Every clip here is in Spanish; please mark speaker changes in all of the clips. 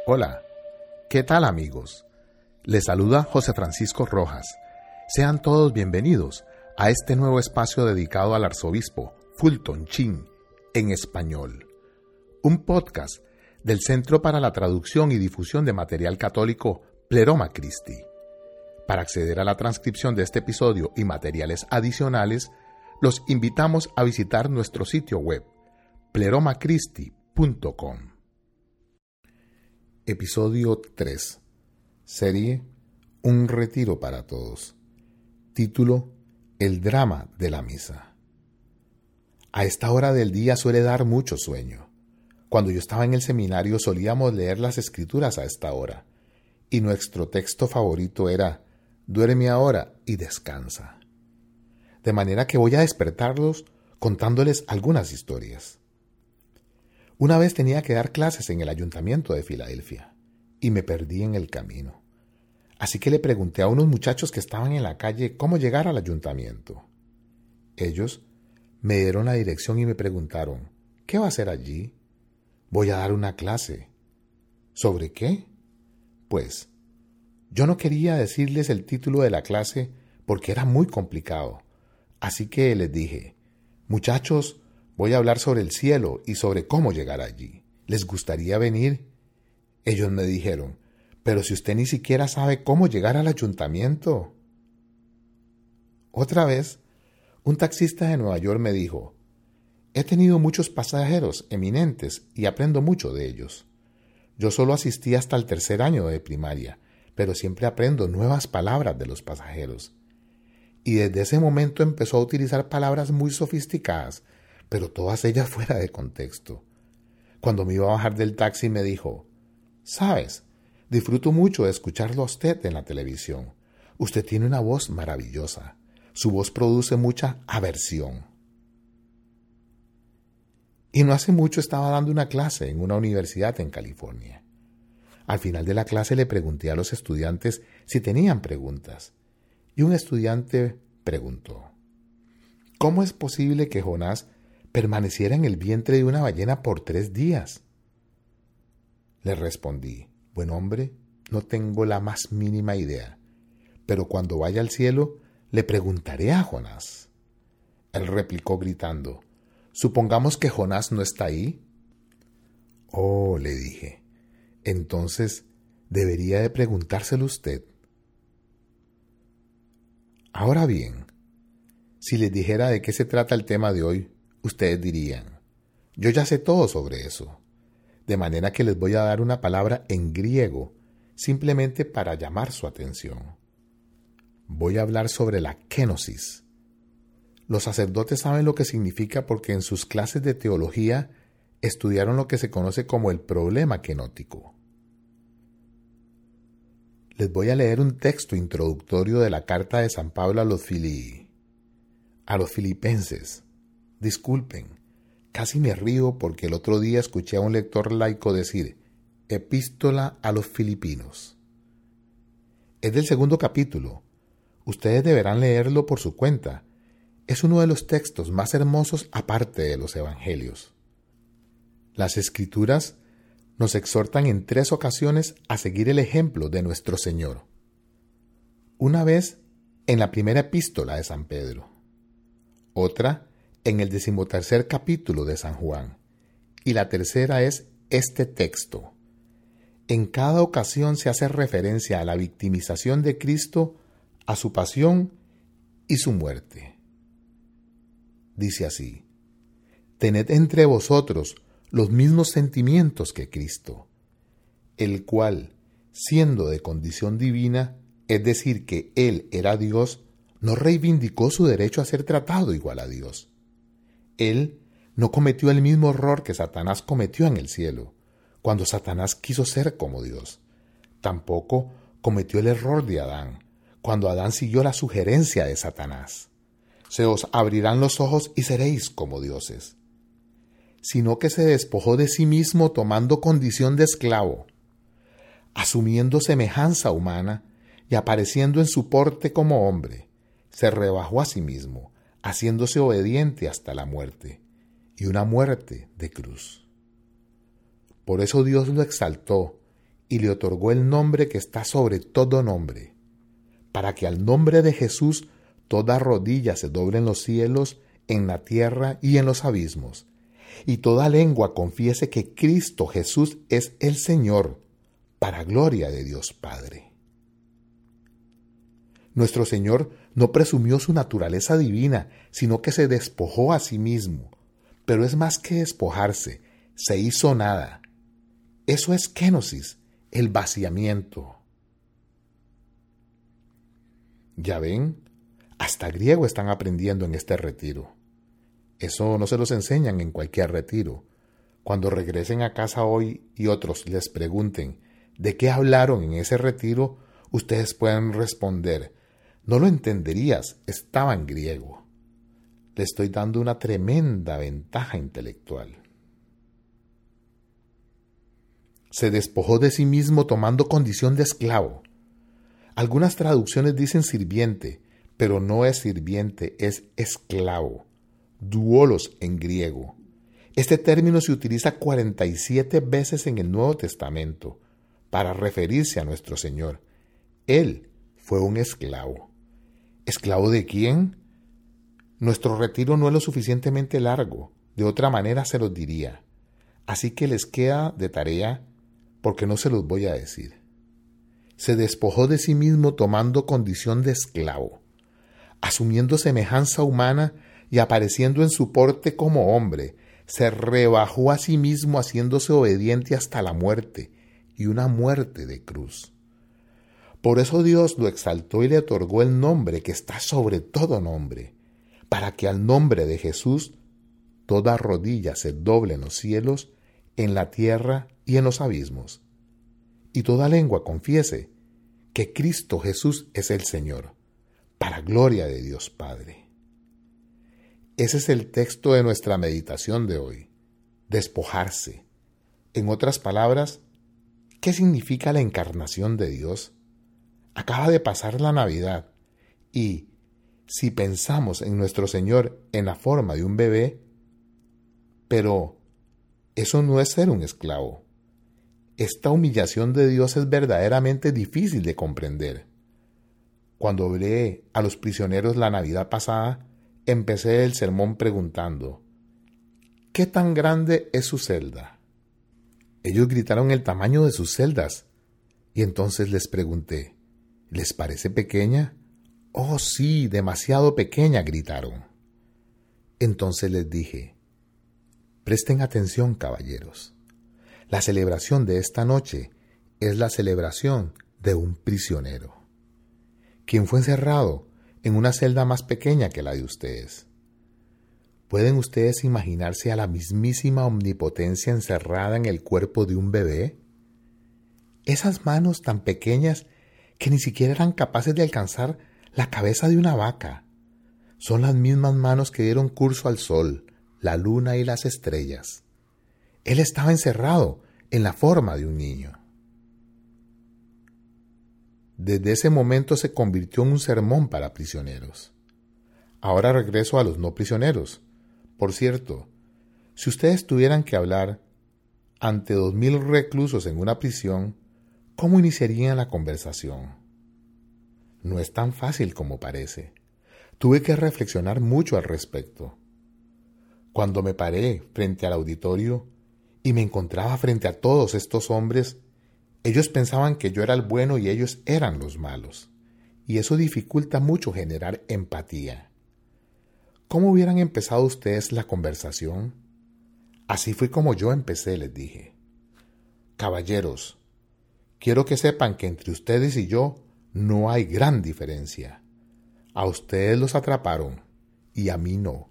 Speaker 1: Hola, ¿qué tal amigos? Les saluda José Francisco Rojas. Sean todos bienvenidos a este nuevo espacio dedicado al arzobispo Fulton Sheen en español. Un podcast del Centro para la Traducción y Difusión de Material Católico Pleroma Christi. Para acceder a la transcripción de este episodio y materiales adicionales, los invitamos a visitar nuestro sitio web pleromachristi.com. Episodio 3. Serie Un retiro para todos. Título: El drama de la misa. A esta hora del día suele dar mucho sueño. Cuando yo estaba en el seminario solíamos leer las escrituras a esta hora, y nuestro texto favorito era: duerme ahora y descansa. De manera que voy a despertarlos contándoles algunas historias. Una vez tenía que dar clases en el ayuntamiento de Filadelfia y me perdí en el camino. Así que le pregunté a unos muchachos que estaban en la calle cómo llegar al ayuntamiento. Ellos me dieron la dirección y me preguntaron: ¿qué va a hacer allí? Voy a dar una clase. ¿Sobre qué? Pues, yo no quería decirles el título de la clase porque era muy complicado. Así que les dije: muchachos, voy a hablar sobre el cielo y sobre cómo llegar allí. ¿Les gustaría venir? Ellos me dijeron: pero si usted ni siquiera sabe cómo llegar al ayuntamiento. Otra vez, un taxista de Nueva York me dijo: he tenido muchos pasajeros eminentes y aprendo mucho de ellos. Yo solo asistí hasta el 3er año de primaria, pero siempre aprendo nuevas palabras de los pasajeros. Y desde ese momento empezó a utilizar palabras muy sofisticadas, pero todas ellas fuera de contexto. Cuando me iba a bajar del taxi me dijo: ¿sabes? Disfruto mucho de escucharlo a usted en la televisión. Usted tiene una voz maravillosa. Su voz produce mucha aversión. Y no hace mucho estaba dando una clase en una universidad en California. Al final de la clase le pregunté a los estudiantes si tenían preguntas. Y un estudiante preguntó: ¿cómo es posible que Jonás permaneciera en el vientre de una ballena por 3 días? Le respondí: buen hombre, no tengo la más mínima idea, pero cuando vaya al cielo le preguntaré a Jonás. Él replicó gritando: ¿supongamos que Jonás no está ahí? Oh, le dije, entonces debería de preguntárselo usted. Ahora bien, si les dijera de qué se trata el tema de hoy, ustedes dirían: yo ya sé todo sobre eso. De manera que les voy a dar una palabra en griego, simplemente para llamar su atención. Voy a hablar sobre la kenosis. Los sacerdotes saben lo que significa porque en sus clases de teología estudiaron lo que se conoce como el problema kenótico. Les voy a leer un texto introductorio de la carta de San Pablo a los filipenses. Disculpen, casi me río porque el otro día escuché a un lector laico decir epístola a los filipinos. Es del 2º capítulo. Ustedes deberán leerlo por su cuenta. Es uno de los textos más hermosos aparte de los evangelios. Las escrituras nos exhortan en 3 ocasiones a seguir el ejemplo de nuestro Señor. Una vez en la primera epístola de San Pedro. Otra en el 13º capítulo de San Juan. Y la tercera es este texto. En cada ocasión se hace referencia a la victimización de Cristo, a su pasión y su muerte. Dice así: tened entre vosotros los mismos sentimientos que Cristo, el cual, siendo de condición divina, es decir, que Él era Dios, no reivindicó su derecho a ser tratado igual a Dios. Él no cometió el mismo error que Satanás cometió en el cielo, cuando Satanás quiso ser como Dios. Tampoco cometió el error de Adán, cuando Adán siguió la sugerencia de Satanás. Se os abrirán los ojos y seréis como dioses. Sino que se despojó de sí mismo tomando condición de esclavo, asumiendo semejanza humana y apareciendo en su porte como hombre, se rebajó a sí mismo, haciéndose obediente hasta la muerte, y una muerte de cruz. Por eso Dios lo exaltó y le otorgó el nombre que está sobre todo nombre, para que al nombre de Jesús toda rodilla se doble en los cielos, en la tierra y en los abismos, y toda lengua confiese que Cristo Jesús es el Señor, para gloria de Dios Padre. Nuestro Señor no presumió su naturaleza divina, sino que se despojó a sí mismo. Pero es más que despojarse, se hizo nada. Eso es kénosis, el vaciamiento. Ya ven, hasta griego están aprendiendo en este retiro. Eso no se los enseñan en cualquier retiro. Cuando regresen a casa hoy y otros les pregunten de qué hablaron en ese retiro, ustedes pueden responder: no lo entenderías, estaba en griego. Le estoy dando una tremenda ventaja intelectual. Se despojó de sí mismo tomando condición de esclavo. Algunas traducciones dicen sirviente, pero no es sirviente, es esclavo. Doulos en griego. Este término se utiliza 47 veces en el Nuevo Testamento para referirse a nuestro Señor. Él fue un esclavo. ¿Esclavo de quién? Nuestro retiro no es lo suficientemente largo, de otra manera se los diría. Así que les queda de tarea, porque no se los voy a decir. Se despojó de sí mismo tomando condición de esclavo, asumiendo semejanza humana y apareciendo en su porte como hombre, se rebajó a sí mismo haciéndose obediente hasta la muerte, y una muerte de cruz. Por eso Dios lo exaltó y le otorgó el nombre que está sobre todo nombre, para que al nombre de Jesús toda rodilla se doble en los cielos, en la tierra y en los abismos, y toda lengua confiese que Cristo Jesús es el Señor, para gloria de Dios Padre. Ese es el texto de nuestra meditación de hoy, despojarse. En otras palabras, ¿qué significa la encarnación de Dios? Acaba de pasar la Navidad y, si pensamos en nuestro Señor en la forma de un bebé, pero eso no es ser un esclavo. Esta humillación de Dios es verdaderamente difícil de comprender. Cuando hablé a los prisioneros la Navidad pasada, empecé el sermón preguntando: ¿qué tan grande es su celda? Ellos gritaron el tamaño de sus celdas, y entonces les pregunté: ¿les parece pequeña? Oh, sí, demasiado pequeña, gritaron. Entonces les dije: presten atención, caballeros. La celebración de esta noche es la celebración de un prisionero, quien fue encerrado en una celda más pequeña que la de ustedes. ¿Pueden ustedes imaginarse a la mismísima omnipotencia encerrada en el cuerpo de un bebé? Esas manos tan pequeñas que ni siquiera eran capaces de alcanzar la cabeza de una vaca. Son las mismas manos que dieron curso al sol, la luna y las estrellas. Él estaba encerrado en la forma de un niño. Desde ese momento se convirtió en un sermón para prisioneros. Ahora regreso a los no prisioneros. Por cierto, si ustedes tuvieran que hablar ante 2000 reclusos en una prisión, ¿cómo iniciarían la conversación? No es tan fácil como parece. Tuve que reflexionar mucho al respecto. Cuando me paré frente al auditorio y me encontraba frente a todos estos hombres, ellos pensaban que yo era el bueno y ellos eran los malos, y eso dificulta mucho generar empatía. ¿Cómo hubieran empezado ustedes la conversación? Así fue como yo empecé, les dije: caballeros, quiero que sepan que entre ustedes y yo no hay gran diferencia. A ustedes los atraparon y a mí no.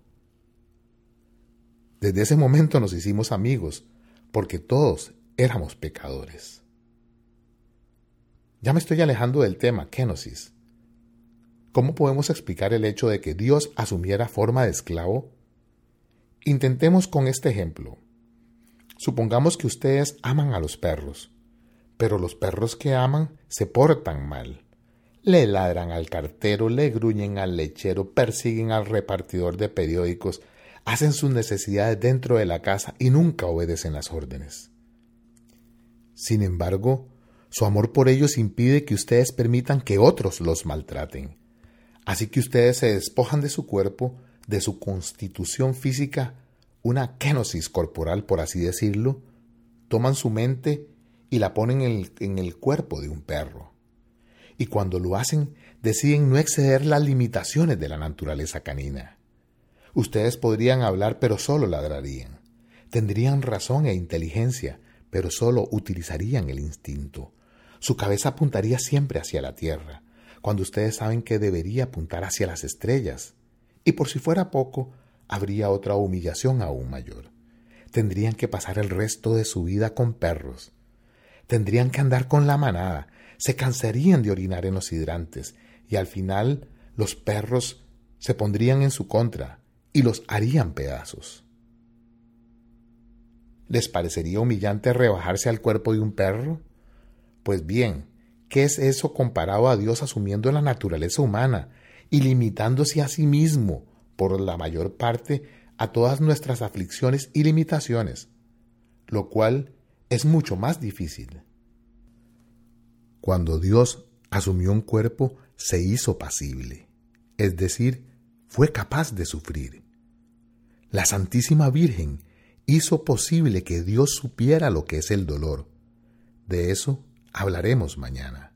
Speaker 1: Desde ese momento nos hicimos amigos, porque todos éramos pecadores. Ya me estoy alejando del tema, kénosis. ¿Cómo podemos explicar el hecho de que Dios asumiera forma de esclavo? Intentemos con este ejemplo. Supongamos que ustedes aman a los perros, pero los perros que aman se portan mal. Le ladran al cartero, le gruñen al lechero, persiguen al repartidor de periódicos, hacen sus necesidades dentro de la casa y nunca obedecen las órdenes. Sin embargo, Su amor por ellos impide que ustedes permitan que otros los maltraten. Así que ustedes se despojan de su cuerpo, de su constitución física, una kenosis corporal, por así decirlo, toman su mente y la ponen en el cuerpo de un perro. Y cuando lo hacen, deciden no exceder las limitaciones de la naturaleza canina. Ustedes podrían hablar, pero solo ladrarían. Tendrían razón e inteligencia, pero solo utilizarían el instinto. Su cabeza apuntaría siempre hacia la tierra, cuando ustedes saben que debería apuntar hacia las estrellas. Y por si fuera poco, habría otra humillación aún mayor. Tendrían que pasar el resto de su vida con perros. Tendrían que andar con la manada, se cansarían de orinar en los hidrantes, y al final los perros se pondrían en su contra y los harían pedazos. ¿Les parecería humillante rebajarse al cuerpo de un perro? Pues bien, ¿qué es eso comparado a Dios asumiendo la naturaleza humana y limitándose a sí mismo, por la mayor parte, a todas nuestras aflicciones y limitaciones, lo cual es mucho más difícil? Cuando Dios asumió un cuerpo, se hizo pasible, es decir, fue capaz de sufrir. La Santísima Virgen hizo posible que Dios supiera lo que es el dolor. De eso hablaremos mañana.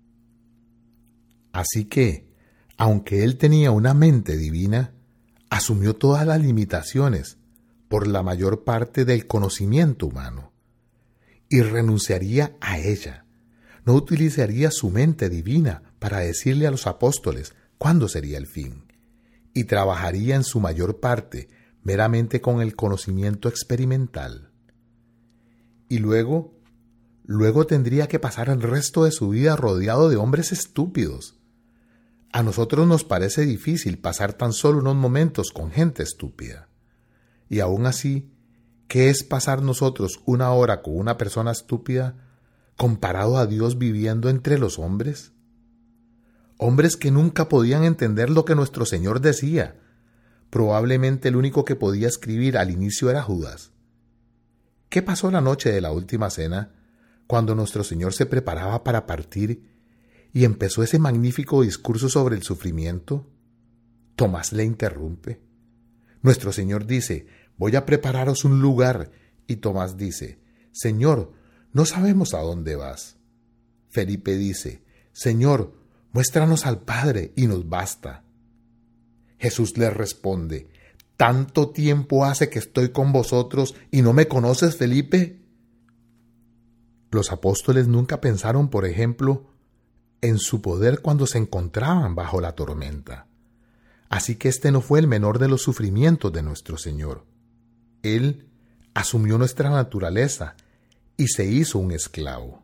Speaker 1: Así que, aunque Él tenía una mente divina, asumió todas las limitaciones por la mayor parte del conocimiento humano y renunciaría a ella. No utilizaría su mente divina para decirle a los apóstoles cuándo sería el fin, y trabajaría en su mayor parte meramente con el conocimiento experimental. Y luego tendría que pasar el resto de su vida rodeado de hombres estúpidos. A nosotros nos parece difícil pasar tan solo unos momentos con gente estúpida. Y aún así, ¿qué es pasar nosotros una hora con una persona estúpida comparado a Dios viviendo entre los hombres? Hombres que nunca podían entender lo que nuestro Señor decía. Probablemente el único que podía escribir al inicio era Judas. ¿Qué pasó la noche de la última cena, cuando nuestro Señor se preparaba para partir y empezó ese magnífico discurso sobre el sufrimiento? Tomás le interrumpe. Nuestro Señor dice: voy a prepararos un lugar, y Tomás dice: Señor, no sabemos a dónde vas. Felipe dice: Señor, muéstranos al Padre y nos basta. Jesús le responde: ¿tanto tiempo hace que estoy con vosotros y no me conoces, Felipe? Los apóstoles nunca pensaron, por ejemplo, en su poder cuando se encontraban bajo la tormenta. Así que este no fue el menor de los sufrimientos de nuestro Señor. Él asumió nuestra naturaleza y se hizo un esclavo.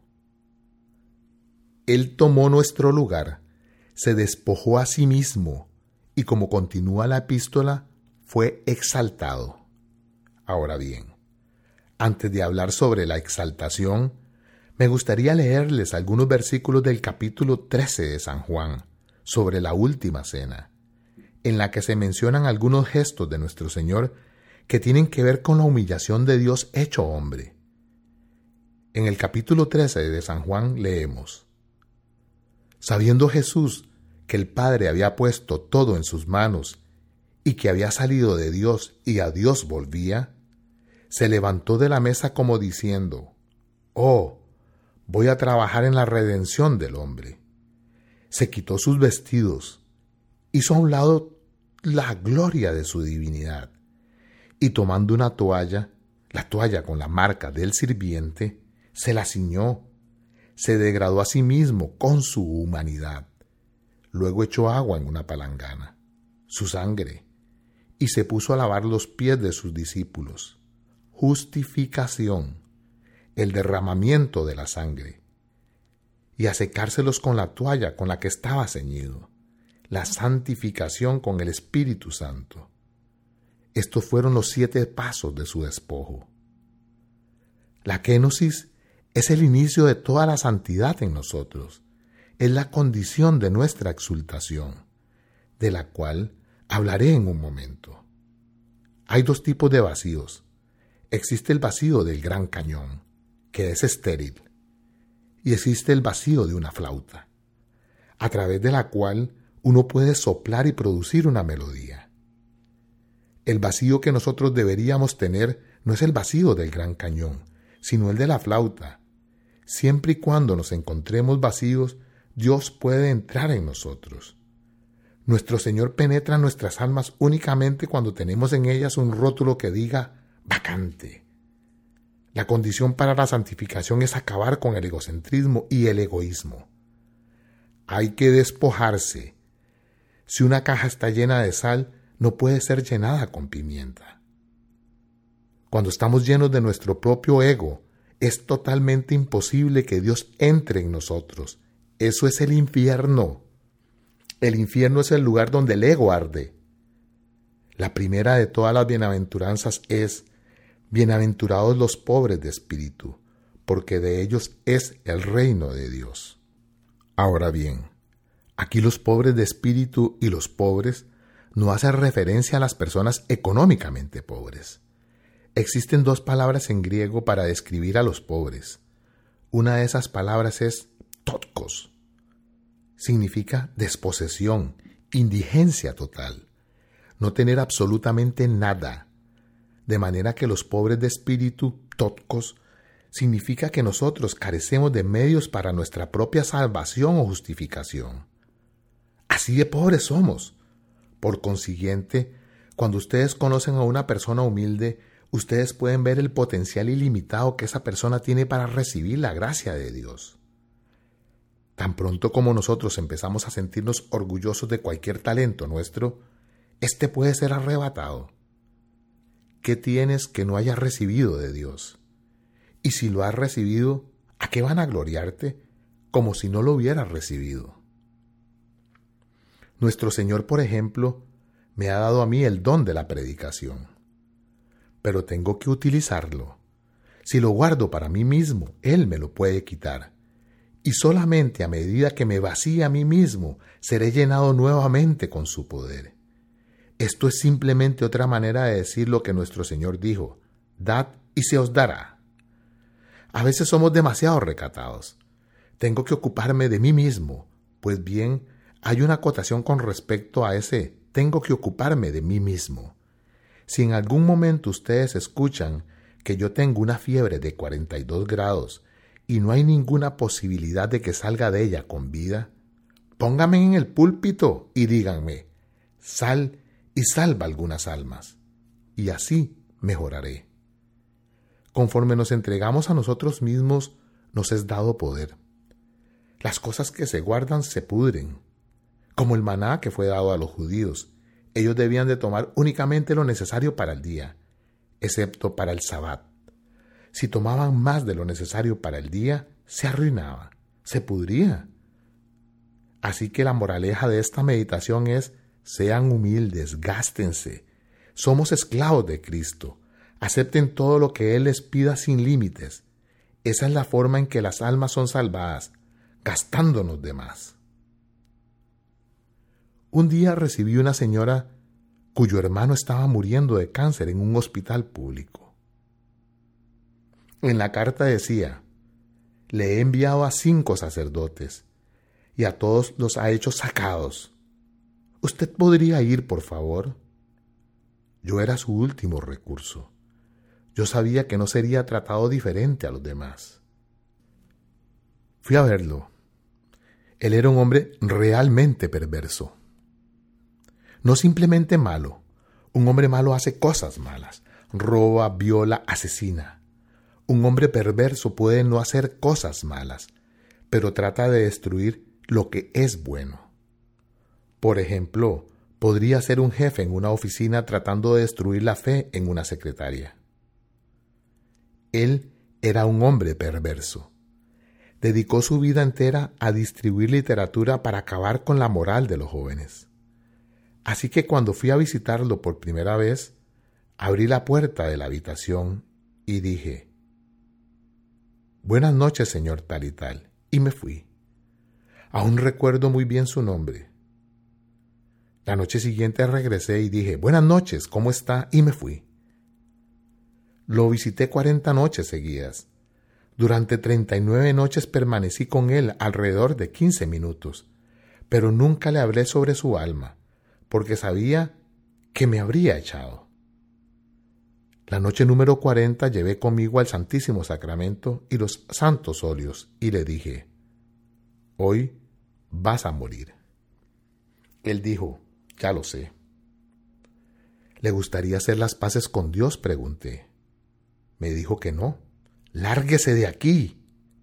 Speaker 1: Él tomó nuestro lugar, se despojó a sí mismo y, como continúa la epístola, fue exaltado. Ahora bien, antes de hablar sobre la exaltación, me gustaría leerles algunos versículos del capítulo 13 de San Juan, sobre la última cena, en la que se mencionan algunos gestos de nuestro Señor que tienen que ver con la humillación de Dios hecho hombre. En el capítulo 13 de San Juan leemos: Sabiendo Jesús que el Padre había puesto todo en sus manos y que había salido de Dios y a Dios volvía, se levantó de la mesa como diciendo: «Oh, voy a trabajar en la redención del hombre». Se quitó sus vestidos, hizo a un lado la gloria de su divinidad, y tomando una toalla, la toalla con la marca del sirviente, se la ciñó, se degradó a sí mismo con su humanidad. Luego echó agua en una palangana, su sangre, y se puso a lavar los pies de sus discípulos. Justificación, el derramamiento de la sangre, y a secárselos con la toalla con la que estaba ceñido, la santificación con el Espíritu Santo. Estos fueron los 7 pasos de su despojo. La kénosis es el inicio de toda la santidad en nosotros. Es la condición de nuestra exultación, de la cual hablaré en un momento. Hay 2 tipos de vacíos. Existe el vacío del Gran Cañón, que es estéril, y existe el vacío de una flauta, a través de la cual uno puede soplar y producir una melodía. El vacío que nosotros deberíamos tener no es el vacío del Gran Cañón, sino el de la flauta. Siempre y cuando nos encontremos vacíos, Dios puede entrar en nosotros. Nuestro Señor penetra nuestras almas únicamente cuando tenemos en ellas un rótulo que diga vacante. La condición para la santificación es acabar con el egocentrismo y el egoísmo. Hay que despojarse. Si una caja está llena de sal, no puede ser llenada con pimienta. Cuando estamos llenos de nuestro propio ego, es totalmente imposible que Dios entre en nosotros. Eso es el infierno. El infierno es el lugar donde el ego arde. La primera de todas las bienaventuranzas es: bienaventurados los pobres de espíritu, porque de ellos es el reino de Dios. Ahora bien, aquí los pobres de espíritu y los pobres no hacen referencia a las personas económicamente pobres. Existen dos palabras en griego para describir a los pobres. Una de esas palabras es ptotkos. Significa desposesión, indigencia total, no tener absolutamente nada. De manera que los pobres de espíritu, ptotkos, significa que nosotros carecemos de medios para nuestra propia salvación o justificación. Así de pobres somos. Por consiguiente, cuando ustedes conocen a una persona humilde, ustedes pueden ver el potencial ilimitado que esa persona tiene para recibir la gracia de Dios. Tan pronto como nosotros empezamos a sentirnos orgullosos de cualquier talento nuestro, este puede ser arrebatado. ¿Qué tienes que no hayas recibido de Dios? Y si lo has recibido, ¿a qué van a gloriarte? Como si no lo hubieras recibido. Nuestro Señor, por ejemplo, me ha dado a mí el don de la predicación. Pero tengo que utilizarlo. Si lo guardo para mí mismo, Él me lo puede quitar. Y solamente a medida que me vacíe a mí mismo, seré llenado nuevamente con su poder. Esto es simplemente otra manera de decir lo que nuestro Señor dijo: dad y se os dará. A veces somos demasiado recatados. Tengo que ocuparme de mí mismo. Pues bien, hay una acotación con respecto a ese tengo que ocuparme de mí mismo. Si en algún momento ustedes escuchan que yo tengo una fiebre de 42 grados y no hay ninguna posibilidad de que salga de ella con vida, pónganme en el púlpito y díganme: sal y salva algunas almas, y así mejoraré. Conforme nos entregamos a nosotros mismos, nos es dado poder. Las cosas que se guardan se pudren, como el maná que fue dado a los judíos. Ellos debían de tomar únicamente lo necesario para el día, excepto para el sabbat. Si tomaban más de lo necesario para el día, se arruinaba, se pudría. Así que la moraleja de esta meditación es: sean humildes, gástense. Somos esclavos de Cristo. Acepten todo lo que Él les pida sin límites. Esa es la forma en que las almas son salvadas, gastándonos de más. Un día recibí una señora cuyo hermano estaba muriendo de cáncer en un hospital público. En la carta decía: le he enviado a 5 sacerdotes y a todos los ha hecho sacados. ¿Usted podría ir, por favor? Yo era su último recurso. Yo sabía que no sería tratado diferente a los demás. Fui a verlo. Él era un hombre realmente perverso. No simplemente malo. Un hombre malo hace cosas malas. Roba, viola, asesina. Un hombre perverso puede no hacer cosas malas, pero trata de destruir lo que es bueno. Por ejemplo, podría ser un jefe en una oficina tratando de destruir la fe en una secretaria. Él era un hombre perverso. Dedicó su vida entera a distribuir literatura para acabar con la moral de los jóvenes. Así que cuando fui a visitarlo por primera vez, abrí la puerta de la habitación y dije: «Buenas noches, señor tal y tal», y me fui. Aún recuerdo muy bien su nombre. La noche siguiente regresé y dije: «Buenas noches, ¿cómo está?», y me fui. Lo visité 40 noches seguidas. Durante 39 noches permanecí con él alrededor de 15 minutos, pero nunca le hablé sobre su alma, porque sabía que me habría echado. La noche número 40 llevé conmigo al Santísimo Sacramento y los santos óleos, y le dije: hoy vas a morir. Él dijo: ya lo sé. ¿Le gustaría hacer las paces con Dios?, pregunté. Me dijo que no. ¡Lárguese de aquí!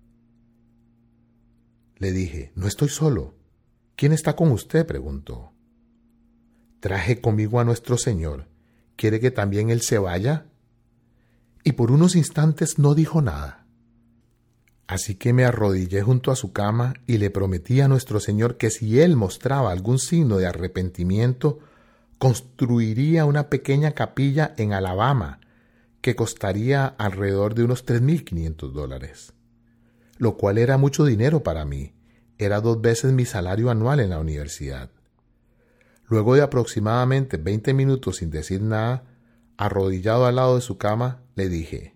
Speaker 1: Le dije: no estoy solo. ¿Quién está con usted?, preguntó. Traje conmigo a nuestro Señor. ¿Quiere que también Él se vaya? Y por unos instantes no dijo nada. Así que me arrodillé junto a su cama y le prometí a nuestro Señor que si Él mostraba algún signo de arrepentimiento, construiría una pequeña capilla en Alabama que costaría alrededor de unos $3,500, lo cual era mucho dinero para mí. Era 2 veces mi salario anual en la universidad. Luego de aproximadamente 20 minutos sin decir nada, arrodillado al lado de su cama, le dije: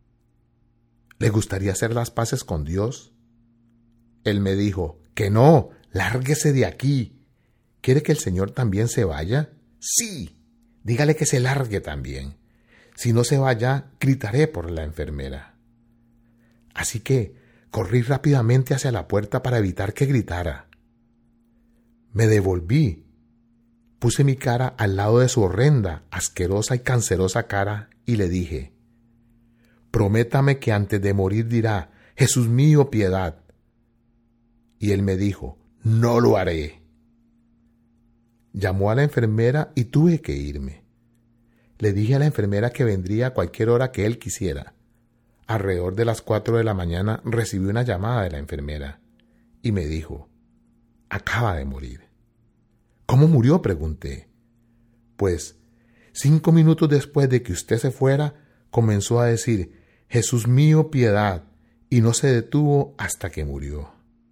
Speaker 1: ¿le gustaría hacer las paces con Dios? Él me dijo: que no, lárguese de aquí. ¿Quiere que el Señor también se vaya? Sí, dígale que se largue también. Si no se vaya, gritaré por la enfermera. Así que corrí rápidamente hacia la puerta para evitar que gritara. Me devolví. Puse mi cara al lado de su horrenda, asquerosa y cancerosa cara y le dije: prométame que antes de morir dirá: Jesús mío, piedad. Y él me dijo: no lo haré. Llamó a la enfermera y tuve que irme. Le dije a la enfermera que vendría a cualquier hora que él quisiera. Alrededor de las 4 de la mañana recibí una llamada de la enfermera y me dijo: acaba de morir. ¿Cómo murió?, pregunté. Pues, 5 minutos después de que usted se fuera, comenzó a decir: Jesús mío, piedad, y no se detuvo hasta que murió.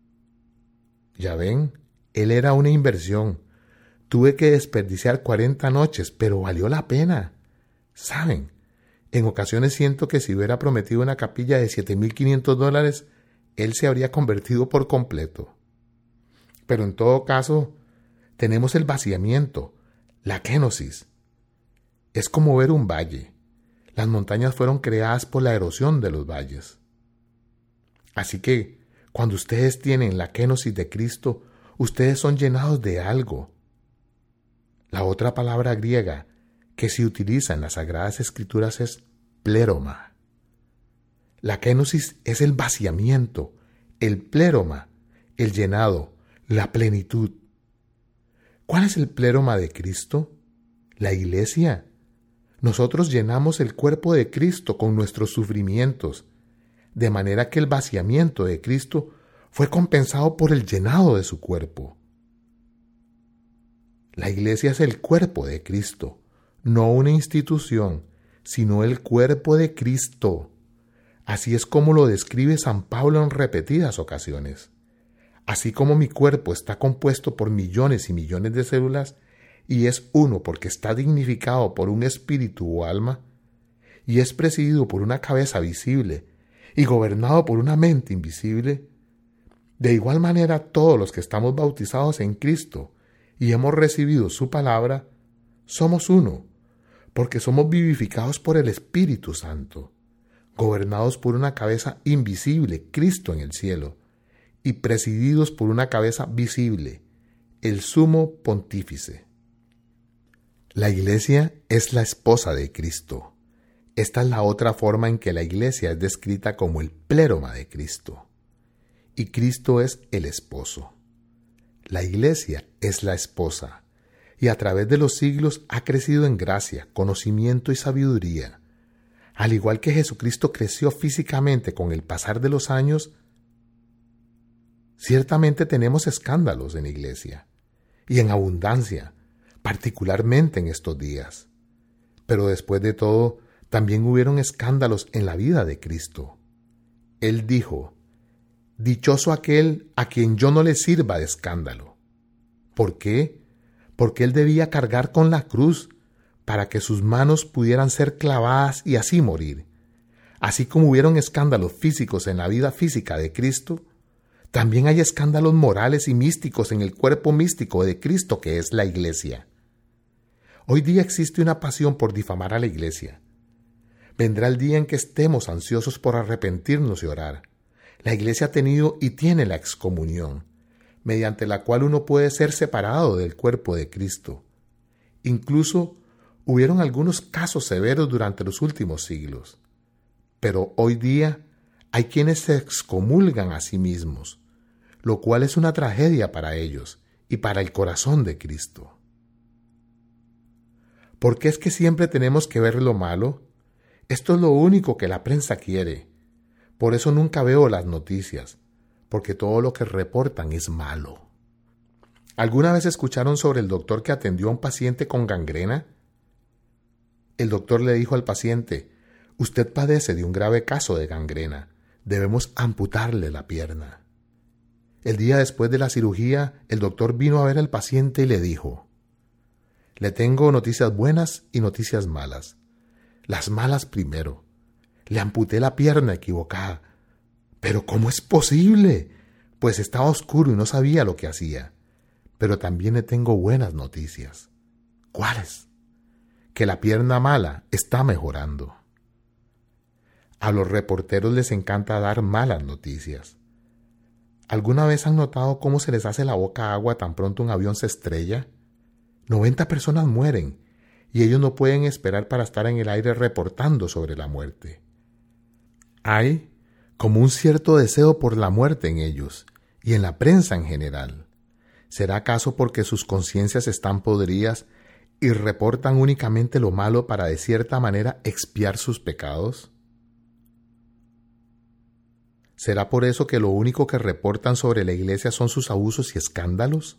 Speaker 1: Ya ven, él era una inversión. Tuve que desperdiciar 40 noches, pero valió la pena. ¿Saben? En ocasiones siento que si hubiera prometido una capilla de $7,500, él se habría convertido por completo. Pero en todo caso, tenemos el vaciamiento, la kénosis. Es como ver un valle. Las montañas fueron creadas por la erosión de los valles. Así que, cuando ustedes tienen la kénosis de Cristo, ustedes son llenados de algo. La otra palabra griega que se utiliza en las Sagradas Escrituras es pléroma. La kénosis es el vaciamiento, el pléroma, el llenado, la plenitud. ¿Cuál es el pléroma de Cristo? La Iglesia. Nosotros llenamos el cuerpo de Cristo con nuestros sufrimientos, de manera que el vaciamiento de Cristo fue compensado por el llenado de su cuerpo. La Iglesia es el cuerpo de Cristo, no una institución, sino el cuerpo de Cristo. Así es como lo describe San Pablo en repetidas ocasiones. Así como mi cuerpo está compuesto por millones y millones de células, y es uno porque está dignificado por un espíritu o alma, y es presidido por una cabeza visible y gobernado por una mente invisible, de igual manera todos los que estamos bautizados en Cristo y hemos recibido su palabra, somos uno, porque somos vivificados por el Espíritu Santo, gobernados por una cabeza invisible, Cristo en el cielo, y presididos por una cabeza visible, el Sumo Pontífice. La Iglesia es la esposa de Cristo. Esta es la otra forma en que la Iglesia es descrita como el pléroma de Cristo. Y Cristo es el esposo. La Iglesia es la esposa, y a través de los siglos ha crecido en gracia, conocimiento y sabiduría. Al igual que Jesucristo creció físicamente con el pasar de los años, ciertamente tenemos escándalos en la Iglesia, y en abundancia, particularmente en estos días. Pero después de todo, también hubieron escándalos en la vida de Cristo. Él dijo: dichoso aquel a quien yo no le sirva de escándalo. ¿Por qué? Porque él debía cargar con la cruz para que sus manos pudieran ser clavadas y así morir. Así como hubieron escándalos físicos en la vida física de Cristo, también hay escándalos morales y místicos en el cuerpo místico de Cristo que es la Iglesia. Hoy día existe una pasión por difamar a la Iglesia. Vendrá el día en que estemos ansiosos por arrepentirnos y orar. La Iglesia ha tenido y tiene la excomunión, mediante la cual uno puede ser separado del cuerpo de Cristo. Incluso hubieron algunos casos severos durante los últimos siglos. Pero hoy día hay quienes se excomulgan a sí mismos, lo cual es una tragedia para ellos y para el corazón de Cristo. ¿Por qué es que siempre tenemos que ver lo malo? Esto es lo único que la prensa quiere. Por eso nunca veo las noticias, porque todo lo que reportan es malo. ¿Alguna vez escucharon sobre el doctor que atendió a un paciente con gangrena? El doctor le dijo al paciente: usted padece de un grave caso de gangrena. Debemos amputarle la pierna. El día después de la cirugía, el doctor vino a ver al paciente y le dijo: le tengo noticias buenas y noticias malas. Las malas primero. Le amputé la pierna equivocada. ¿Pero cómo es posible? Pues estaba oscuro y no sabía lo que hacía. Pero también le tengo buenas noticias. ¿Cuáles? Que la pierna mala está mejorando. A los reporteros les encanta dar malas noticias. ¿Alguna vez han notado cómo se les hace la boca agua tan pronto un avión se estrella? 90 personas mueren y ellos no pueden esperar para estar en el aire reportando sobre la muerte. Hay como un cierto deseo por la muerte en ellos y en la prensa en general. ¿Será acaso porque sus conciencias están podridas y reportan únicamente lo malo para de cierta manera expiar sus pecados? ¿Será por eso que lo único que reportan sobre la Iglesia son sus abusos y escándalos?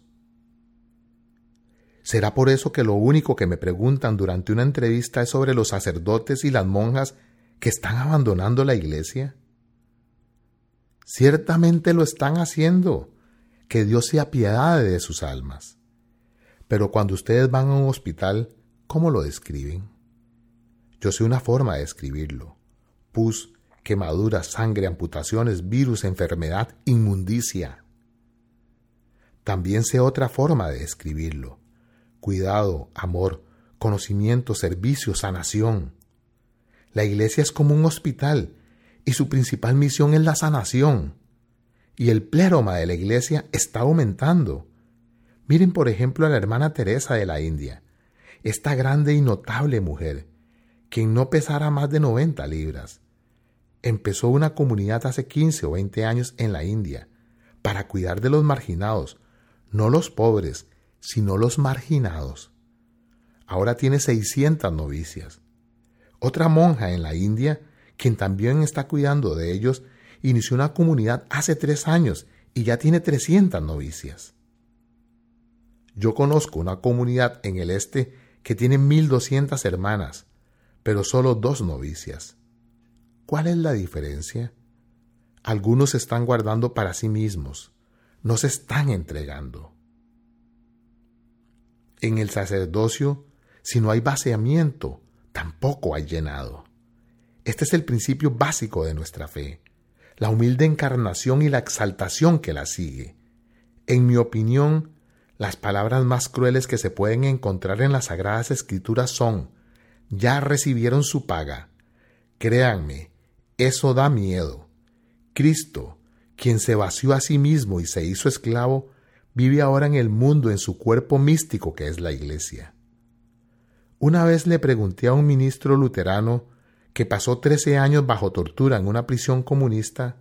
Speaker 1: ¿Será por eso que lo único que me preguntan durante una entrevista es sobre los sacerdotes y las monjas que están abandonando la Iglesia? Ciertamente lo están haciendo. Que Dios se apiade de sus almas. Pero cuando ustedes van a un hospital, ¿cómo lo describen? Yo sé una forma de describirlo: pus, quemaduras, sangre, amputaciones, virus, enfermedad, inmundicia. También sé otra forma de describirlo: cuidado, amor, conocimiento, servicio, sanación. La Iglesia es como un hospital y su principal misión es la sanación. Y el pleroma de la Iglesia está aumentando. Miren por ejemplo a la hermana Teresa de la India, esta grande y notable mujer, quien no pesara más de 90 libras. Empezó una comunidad hace 15 o 20 años en la India para cuidar de los marginados, no los pobres, sino los marginados. Ahora tiene 600 novicias. Otra monja en la India, quien también está cuidando de ellos, inició una comunidad hace 3 años y ya tiene 300 novicias. Yo conozco una comunidad en el este que tiene 1200 hermanas, pero solo 2 novicias. ¿Cuál es la diferencia? Algunos se están guardando para sí mismos, no se están entregando. En el sacerdocio, si no hay vaciamiento, tampoco hay llenado. Este es el principio básico de nuestra fe, la humilde encarnación y la exaltación que la sigue. En mi opinión, las palabras más crueles que se pueden encontrar en las Sagradas Escrituras son: ya recibieron su paga. Créanme, eso da miedo. Cristo, quien se vació a sí mismo y se hizo esclavo, vive ahora en el mundo en su cuerpo místico que es la Iglesia. Una vez le pregunté a un ministro luterano que pasó 13 años bajo tortura en una prisión comunista,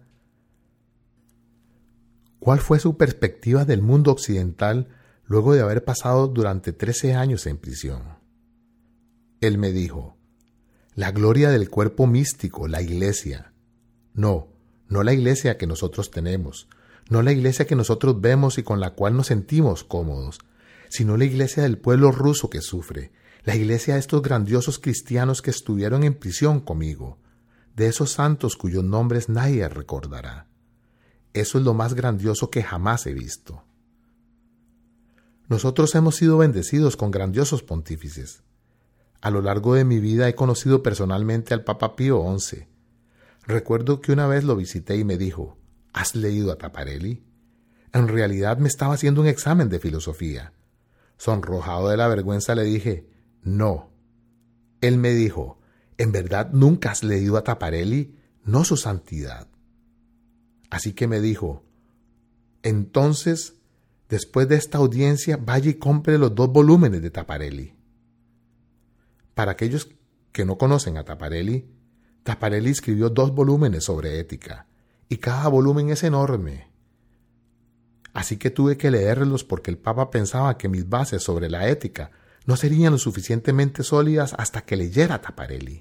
Speaker 1: ¿cuál fue su perspectiva del mundo occidental luego de haber pasado durante 13 años en prisión? Él me dijo: la gloria del cuerpo místico, la Iglesia. No la Iglesia que nosotros tenemos, no la Iglesia que nosotros vemos y con la cual nos sentimos cómodos, sino la Iglesia del pueblo ruso que sufre, la Iglesia de estos grandiosos cristianos que estuvieron en prisión conmigo, de esos santos cuyos nombres nadie recordará. Eso es lo más grandioso que jamás he visto. Nosotros hemos sido bendecidos con grandiosos pontífices. A lo largo de mi vida he conocido personalmente al Papa Pío XI. Recuerdo que una vez lo visité y me dijo, ¿has leído a Taparelli? En realidad me estaba haciendo un examen de filosofía. Sonrojado de la vergüenza le dije, no. Él me dijo, ¿en verdad nunca has leído a Taparelli? No, su santidad. Así que me dijo, entonces, después de esta audiencia, vaya y compre los 2 volúmenes de Taparelli. Para aquellos que no conocen a Taparelli, Taparelli escribió 2 volúmenes sobre ética, y cada volumen es enorme. Así que tuve que leerlos porque el Papa pensaba que mis bases sobre la ética no serían lo suficientemente sólidas hasta que leyera Taparelli.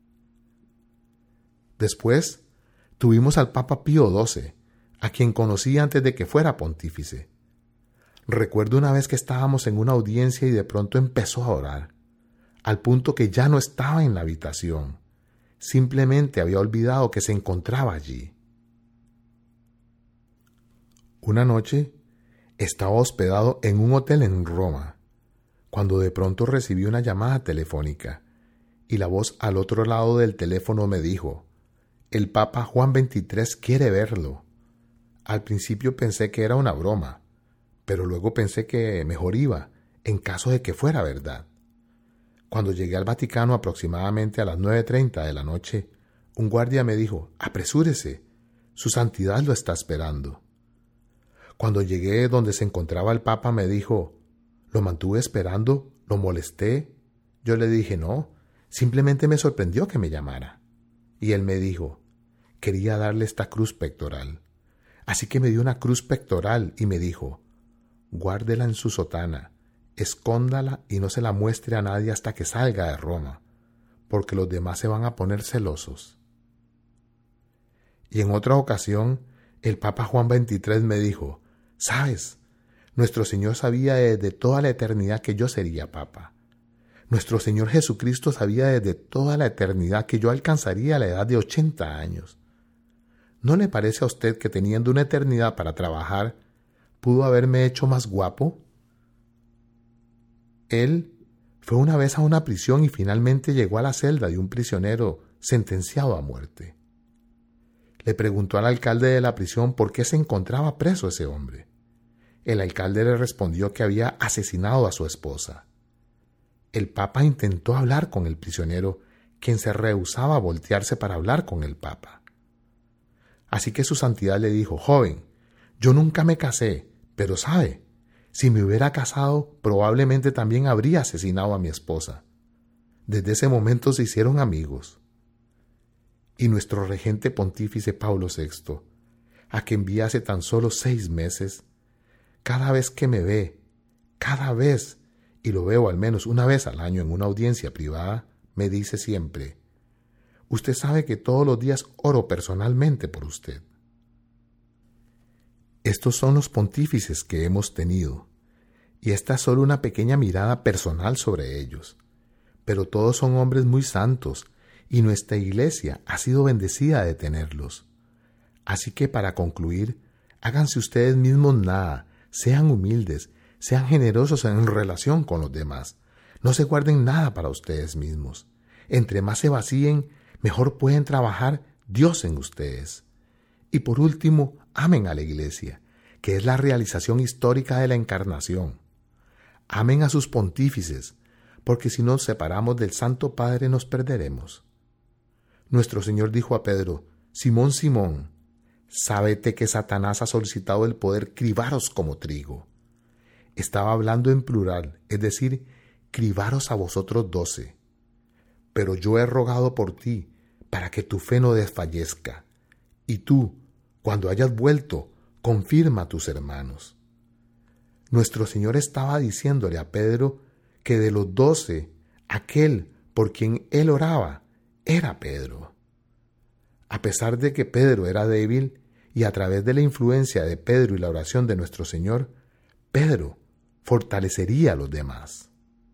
Speaker 1: Después, tuvimos al Papa Pío XII, a quien conocí antes de que fuera pontífice. Recuerdo una vez que estábamos en una audiencia y de pronto empezó a orar, al punto que ya no estaba en la habitación. Simplemente había olvidado que se encontraba allí. Una noche estaba hospedado en un hotel en Roma, cuando de pronto recibí una llamada telefónica y la voz al otro lado del teléfono me dijo, el Papa Juan XXIII quiere verlo. Al principio pensé que era una broma, pero luego pensé que mejor iba, en caso de que fuera verdad. Cuando llegué al Vaticano aproximadamente a las 9:30 de la noche, un guardia me dijo, apresúrese, su santidad lo está esperando. Cuando llegué donde se encontraba el Papa me dijo, ¿lo mantuve esperando? ¿Lo molesté? Yo le dije, no, simplemente me sorprendió que me llamara. Y él me dijo, quería darle esta cruz pectoral. Así que me dio una cruz pectoral y me dijo, guárdela en su sotana, escóndala y no se la muestre a nadie hasta que salga de Roma, porque los demás se van a poner celosos. Y en otra ocasión, el Papa Juan XXIII me dijo, ¿sabes? Nuestro Señor sabía desde toda la eternidad que yo sería Papa. Nuestro Señor Jesucristo sabía desde toda la eternidad que yo alcanzaría la edad de 80 años. ¿No le parece a usted que teniendo una eternidad para trabajar, pudo haberme hecho más guapo? Él fue una vez a una prisión y finalmente llegó a la celda de un prisionero sentenciado a muerte. Le preguntó al alcalde de la prisión por qué se encontraba preso ese hombre. El alcalde le respondió que había asesinado a su esposa. El Papa intentó hablar con el prisionero, quien se rehusaba a voltearse para hablar con el Papa. Así que su santidad le dijo, joven, yo nunca me casé, pero sabe, si me hubiera casado, probablemente también habría asesinado a mi esposa. Desde ese momento se hicieron amigos. Y nuestro regente pontífice Pablo VI, a quien vi hace tan solo 6 meses, cada vez que me ve, cada vez, y lo veo al menos una vez al año en una audiencia privada, me dice siempre, usted sabe que todos los días oro personalmente por usted. Estos son los pontífices que hemos tenido, y esta es solo una pequeña mirada personal sobre ellos, pero todos son hombres muy santos, y nuestra Iglesia ha sido bendecida de tenerlos. Así que para concluir, háganse ustedes mismos nada, sean humildes, sean generosos en relación con los demás. No se guarden nada para ustedes mismos. Entre más se vacíen, mejor pueden trabajar Dios en ustedes. Y por último, amen a la Iglesia, que es la realización histórica de la Encarnación. Amen a sus pontífices, porque si nos separamos del Santo Padre nos perderemos. Nuestro Señor dijo a Pedro, Simón, Simón, sábete que Satanás ha solicitado el poder cribaros como trigo. Estaba hablando en plural, es decir, cribaros a vosotros 12. Pero yo he rogado por ti, para que tu fe no desfallezca. Y tú, cuando hayas vuelto, confirma a tus hermanos. Nuestro Señor estaba diciéndole a Pedro que de los 12, aquel por quien él oraba era Pedro. A pesar de que Pedro era débil, y a través de la influencia de Pedro y la oración de nuestro Señor, Pedro fortalecería a los demás.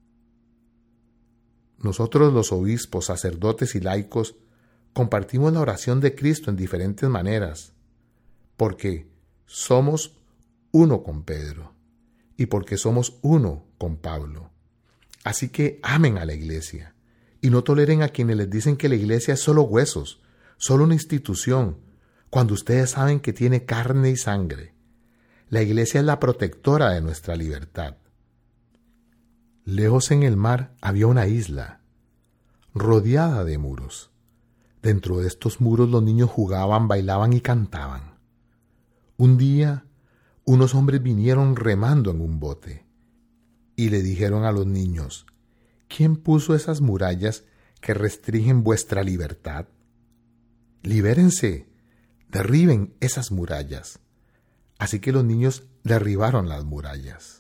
Speaker 1: Nosotros los obispos, sacerdotes y laicos compartimos la oración de Cristo en diferentes maneras, porque somos uno con Pedro y porque somos uno con Pablo. Así que amen a la Iglesia y no toleren a quienes les dicen que la Iglesia es solo huesos, solo una institución, cuando ustedes saben que tiene carne y sangre. La iglesia es la protectora de nuestra libertad. Lejos en el mar había una isla, rodeada de muros. Dentro de estos muros los niños jugaban, bailaban y cantaban. Un día, unos hombres vinieron remando en un bote y le dijeron a los niños: ¿quién puso esas murallas que restringen vuestra libertad? Libérense, derriben esas murallas. Así que los niños derribaron las murallas.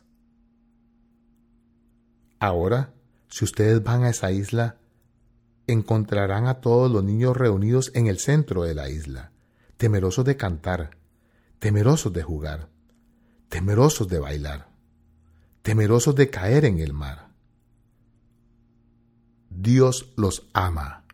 Speaker 1: Ahora, si ustedes van a esa isla, encontrarán a todos los niños reunidos en el centro de la isla, temerosos de cantar, temerosos de jugar, temerosos de bailar, temerosos de caer en el mar. Dios los ama.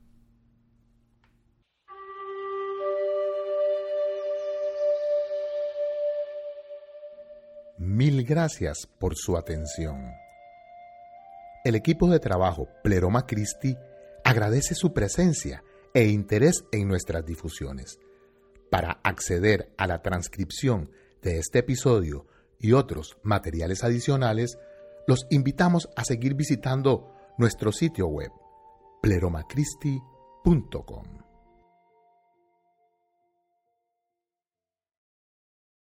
Speaker 1: Mil gracias por su atención. El equipo de trabajo Pleroma Christi agradece su presencia e interés en nuestras difusiones. Para acceder a la transcripción de este episodio y otros materiales adicionales, los invitamos a seguir visitando nuestro sitio web pleromachristi.com.